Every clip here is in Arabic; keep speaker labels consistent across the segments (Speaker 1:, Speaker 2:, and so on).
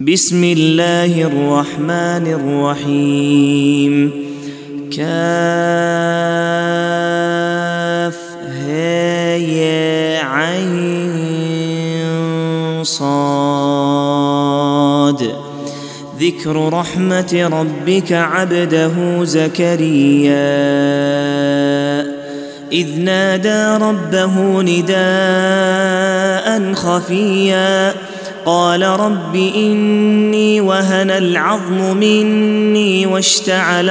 Speaker 1: بسم الله الرحمن الرحيم. كاف ها يا عين صاد. ذكر رحمة ربك عبده زكريا إذ نادى ربه نداء خفيا قال رب إني وهن العظم مني واشتعل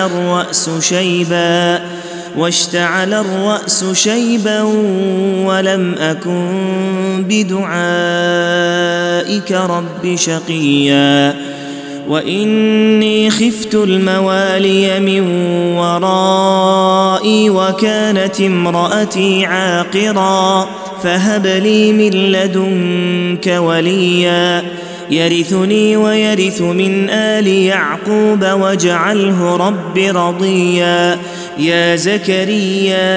Speaker 1: الرأس شيبا ولم أكن بدعائك رب شقيا وإني خفت الموالي من ورائي وكانت امرأتي عاقرا فهب لي من لدنك وليا يرثني ويرث من آل يعقوب واجعله رب رضيا. يا زكريا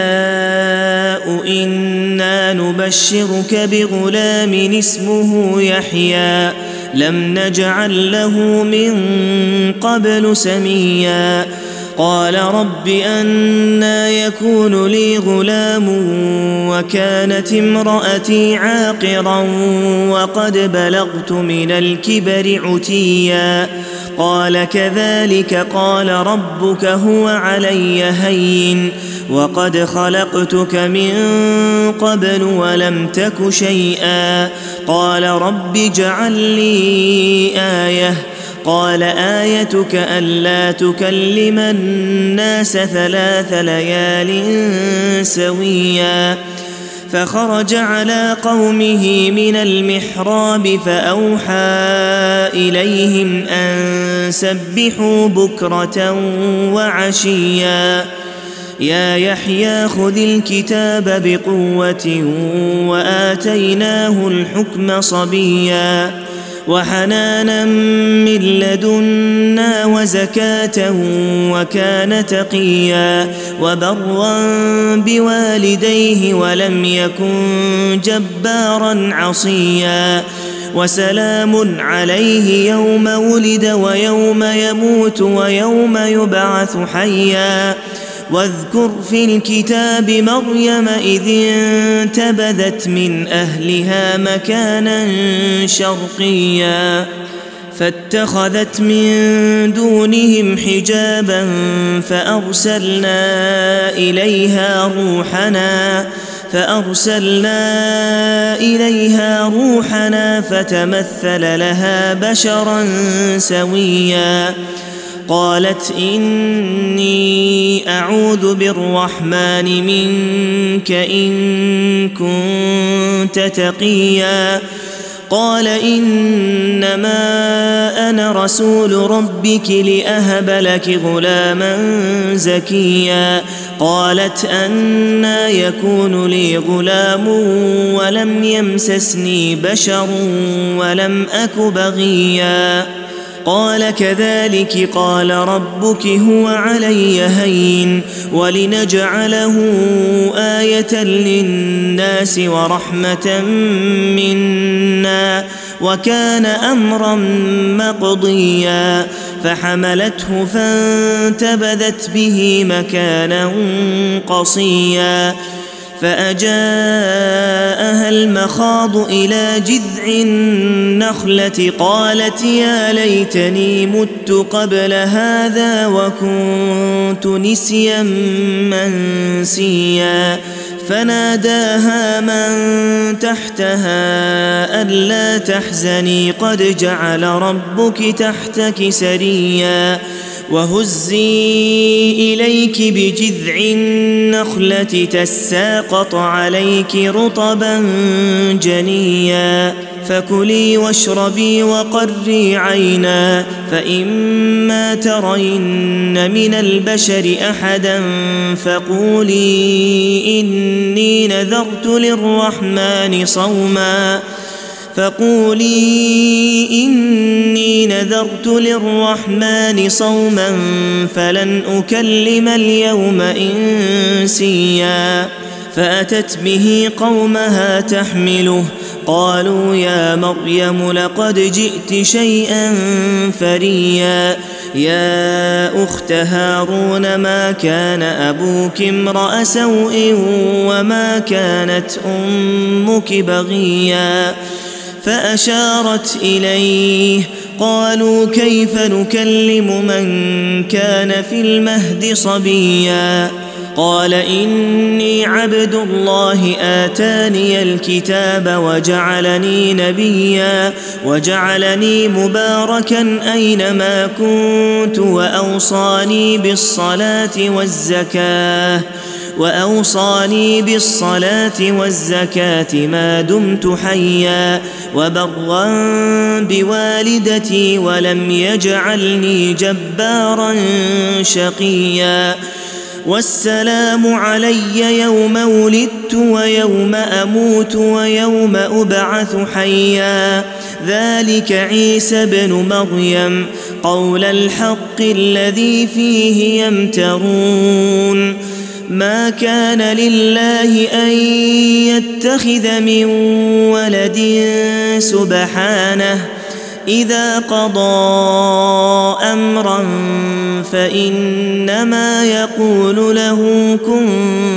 Speaker 1: إنا نبشرك بغلام اسمه يحيى لم نجعل له من قبل سميا قال رب أنى يكون لي غلام وكانت امرأتي عاقرا وقد بلغت من الكبر عتيا قال كذلك قال ربك هو علي هين وقد خلقتك من قبل ولم تك شيئا قال رب اجعل لي آية قال آيتك ألا تكلم الناس 3 ليال سويا فخرج على قومه من المحراب فأوحى إليهم أن سبحوا بكرة وعشيا يا يحيى خذ الكتاب بقوة وآتيناه الحكم صبيا وحنانا من لدنا وزكاة وكان تقيا وبرا بوالديه ولم يكن جبارا عصيا وسلام عليه يوم ولد ويوم يموت ويوم يبعث حيا واذكر في الكتاب مريم إذ انتبذت من أهلها مكانا شرقيا فاتخذت من دونهم حجابا فأرسلنا إليها روحنا فتمثل لها بشرا سويا قالت إني أعوذ بالرحمن منك إن كنت تقيا قال إنما أنا رسول ربك لأهب لك غلاما زكيا قالت أنى يكون لي غلام ولم يمسسني بشر ولم أك بغيا قال كذلك قال ربك هو علي هين ولنجعله آية للناس ورحمة منا وكان أمرا مقضيا فحملته فانتبذت به مكانا قصيا فأجاءها المخاض إلى جذع النخلة قالت يا ليتني مت قبل هذا وكنت نسيا منسيا فناداها من تحتها ألا تحزني قد جعل ربك تحتك سريا وهزي إليك بجذع النخلة تساقط عليك رطبا جنيا فكلي واشربي وقري عينا فإما ترين من البشر أحدا فقولي إني نذرت للرحمن صوما فلن أكلم اليوم إنسيا فأتت به قومها تحمله قالوا يا مريم لقد جئت شيئا فريا يا أخت هارون ما كان أبوك امرأ سوء وما كانت أمك بغيا فأشارت إليه قالوا كيف نكلم من كان في المهد صبيا قال إني عبد الله آتاني الكتاب وجعلني نبيا وجعلني مباركا أينما كنت وأوصاني بالصلاة والزكاة ما دمت حيا وبرا بوالدتي ولم يجعلني جبارا شقيا والسلام علي يوم ولدت ويوم أموت ويوم أبعث حيا ذلك عيسى بن مريم قول الحق الذي فيه يمترون ما كان لله أن يتخذ من ولد سبحانه إذا قضى أمرا فإنما يقول له كن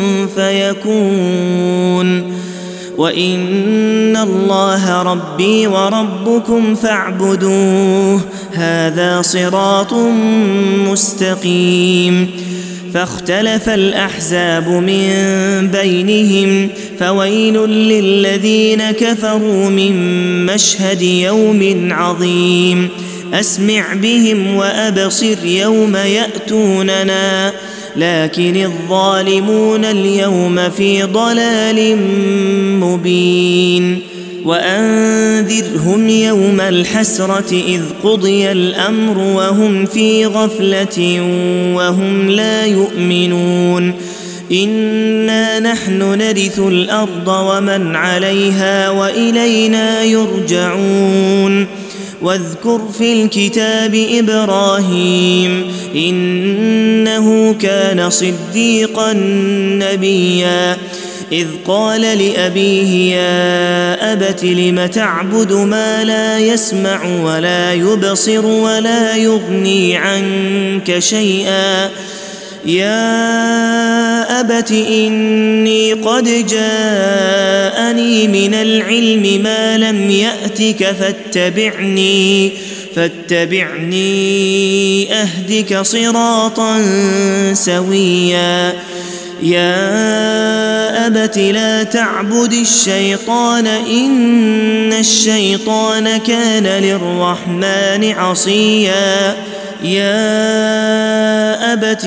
Speaker 1: فيكون وإن الله ربي وربكم فاعبدوه هذا صراط مستقيم فاختلف الأحزاب من بينهم فويل للذين كفروا من مشهد يوم عظيم أسمع بهم وأبصر يوم يأتوننا لكن الظالمون اليوم في ضلال مبين وأنذرهم يوم الحسرة إذ قضي الأمر وهم في غفلة وهم لا يؤمنون إنا نحن نرث الأرض ومن عليها وإلينا يرجعون واذكر في الكتاب إبراهيم إنه كان صديقا نبيا إذ قال لأبيه يا أبت لم تعبد ما لا يسمع ولا يبصر ولا يغني عنك شيئا يا أبت إني قد جاءني من العلم ما لم يأتك فاتبعني أهدك صراطا سويا يا أبت لا تعبد الشيطان إن الشيطان كان للرحمن عصيا يا أبت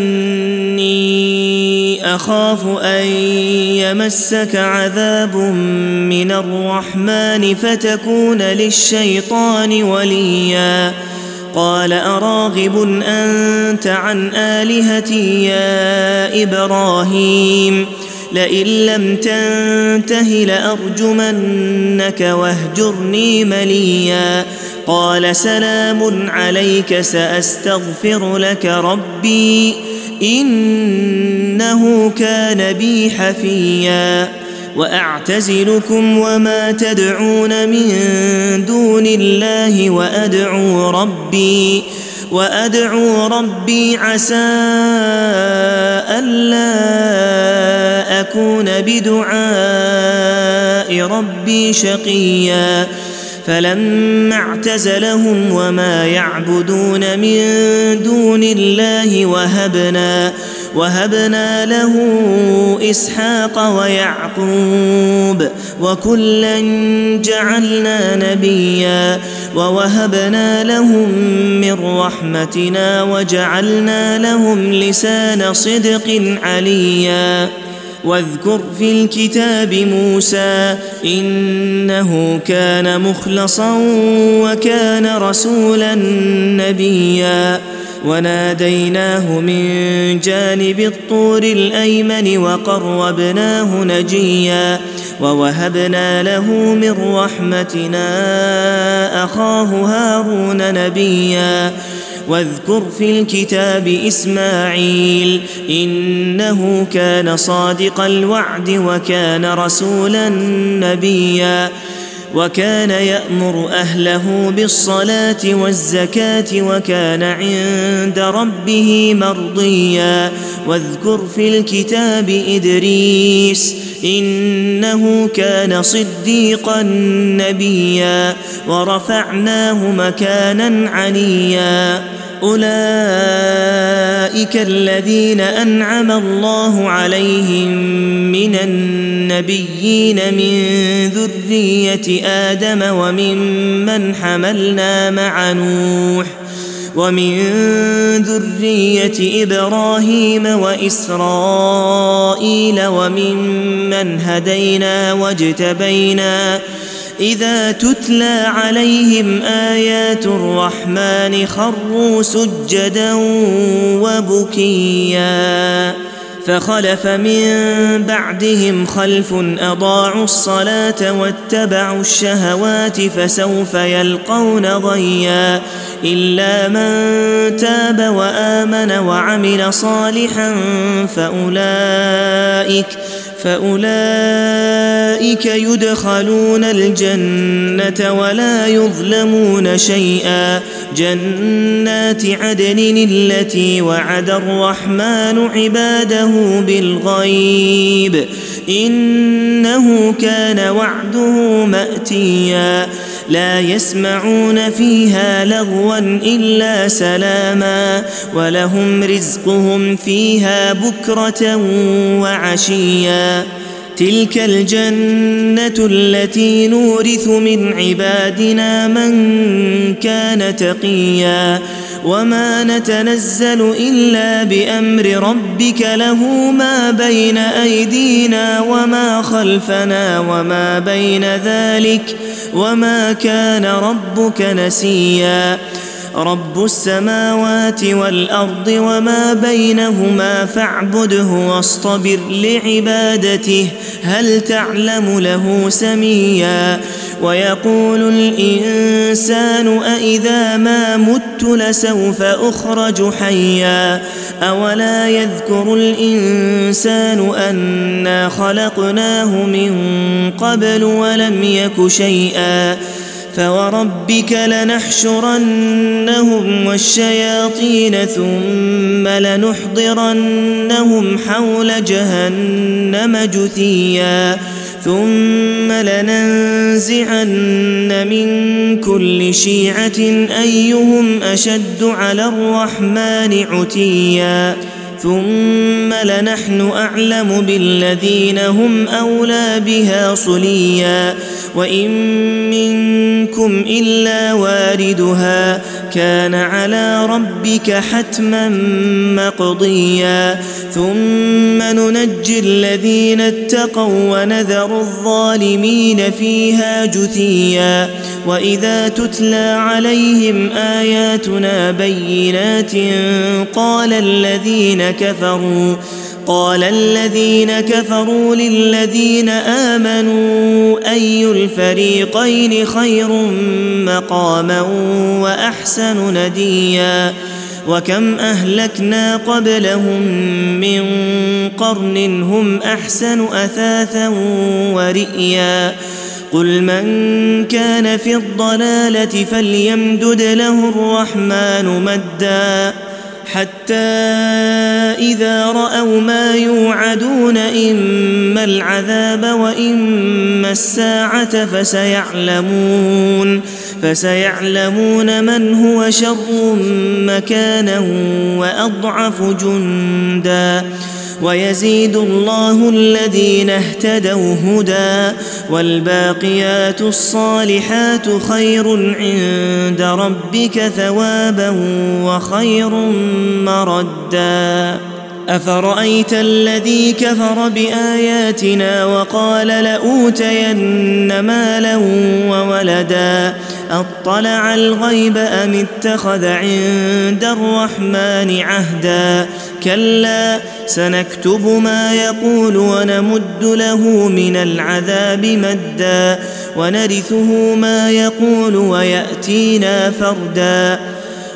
Speaker 1: إني أخاف أن يمسك عذاب من الرحمن فتكون للشيطان وليا قال أراغب أنت عن آلهتي يا إبراهيم لئن لم تنته لأرجمنك واهجرني مليا قال سلام عليك سأستغفر لك ربي إنه كان بي حفيا وأعتزلكم وما تدعون من دون الله وأدعو ربي عسى ألا أكون بدعاء ربي شقيا فلما اعتزلهم وما يعبدون من دون الله وهبنا له إسحاق ويعقوب وكلا جعلنا نبيا ووهبنا لهم من رحمتنا وجعلنا لهم لسان صدق عليا واذكر في الكتاب موسى إنه كان مخلصا وكان رسولا نبيا وناديناه من جانب الطور الأيمن وقربناه نجيا ووهبنا له من رحمتنا أخاه هارون نبيا واذكر في الكتاب إسماعيل إنه كان صادق الوعد وكان رسولا نبيا وكان يأمر أهله بالصلاة والزكاة وكان عند ربه مرضيا واذكر في الكتاب إدريس إنه كان صديقا نبيا ورفعناه مكانا عليا أولئك الذين أنعم الله عليهم من النبيين من ذرية آدم وممن حملنا مع نوح ومن ذرية إبراهيم وإسرائيل وممن هدينا واجتبينا إذا تتلى عليهم آيات الرحمن خروا سجدا وبكيا فخلف من بعدهم خلف أضاعوا الصلاة واتبعوا الشهوات فسوف يلقون غيا إلا من تاب وآمن وعمل صالحا فأولئك يدخلون الجنة ولا يظلمون شيئا جنات عدن التي وعد الرحمن عباده بالغيب إنه كان وعده مأتيا لا يسمعون فيها لغوا إلا سلاما ولهم رزقهم فيها بكرة وعشيا تلك الجنة التي نورث من عبادنا من كان تقيا وما نتنزل إلا بأمر ربك له ما بين أيدينا وما خلفنا وما بين ذلك وما كان ربك نسيا رب السماوات والأرض وما بينهما فاعبده واصطبر لعبادته هل تعلم له سميا ويقول الإنسان أإذا ما مت لسوف أخرج حيا أولا يذكر الإنسان أنا خلقناه من قبل ولم يك شيئا فوربك لنحشرنهم والشياطين ثم لنحضرنهم حول جهنم جثيا ثم لننزعن من كل شيعة أيهم أشد على الرحمن عتيا ثم لنحن أعلم بالذين هم أولى بها صليا وإن منكم إلا واردها كان على ربك حتما مقضيا ثم ننجي الذين اتقوا ونذر الظالمين فيها جثيا وإذا تتلى عليهم آياتنا بينات قال الذين كفروا للذين آمنوا أي الفريقين خير مقاما وأحسن نديا وكم أهلكنا قبلهم من قرن هم أحسن أثاثا ورئيا قل من كان في الضلالة فليمدد له الرحمن مدا حتى إذا رأوا ما يوعدون إما العذاب وإما الساعة فسيعلمون من هو شر مكانا وأضعف جندا ويزيد الله الذين اهتدوا هدى والباقيات الصالحات خير عند ربك ثوابا وخير مردا أفرأيت الذي كفر بآياتنا وقال لأوتين مالا وولدا أطلع الغيب أم اتخذ عند الرحمن عهدا كلا سنكتب ما يقول ونمد له من العذاب مدا ونرثه ما يقول ويأتينا فردا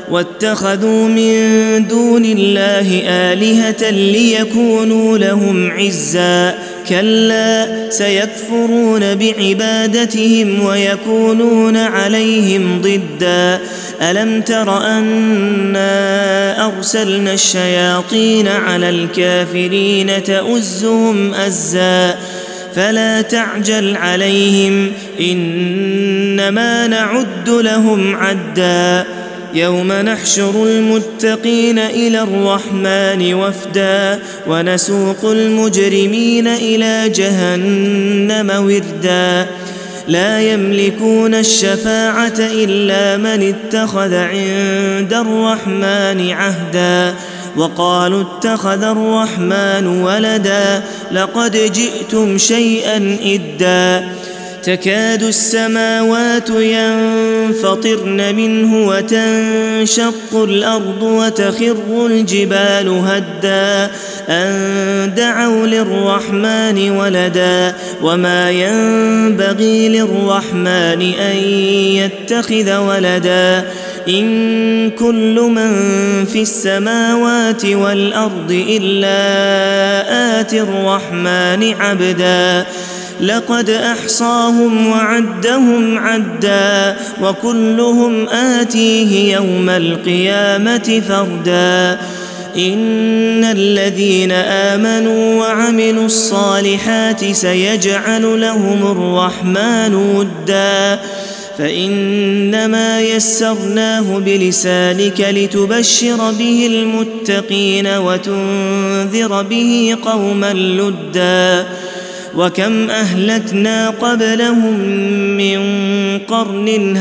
Speaker 1: واتخذوا من دون الله آلهة ليكونوا لهم عزا كلا سيكفرون بعبادتهم ويكونون عليهم ضدا ألم تر أنا أرسلنا الشياطين على الكافرين تؤزهم أزا فلا تعجل عليهم إنما نعد لهم عدا يوم نحشر المتقين إلى الرحمن وفدا ونسوق المجرمين إلى جهنم وردا لا يملكون الشفاعة إلا من اتخذ عند الرحمن عهدا وقالوا اتخذ الرحمن ولدا لقد جئتم شيئا إدا تكاد السماوات ينفطرن منه وتنشق الأرض وتخر الجبال هدا أن دعوا للرحمن ولدا وما ينبغي للرحمن أن يتخذ ولدا إن كل من في السماوات والأرض إلا آتي الرحمن عبدا لقد أحصاهم وعدهم عدا وكلهم آتيه يوم القيامة فردا إن الذين آمنوا وعملوا الصالحات سيجعل لهم الرحمن ودا فإنما يسرناه بلسانك لتبشر به المتقين وتنذر به قوما لدا وكم أهلكنا قبلهم من قرن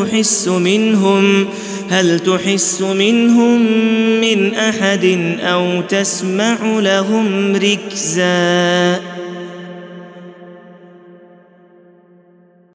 Speaker 1: هل تحس منهم من أحد أو تسمع لهم ركزا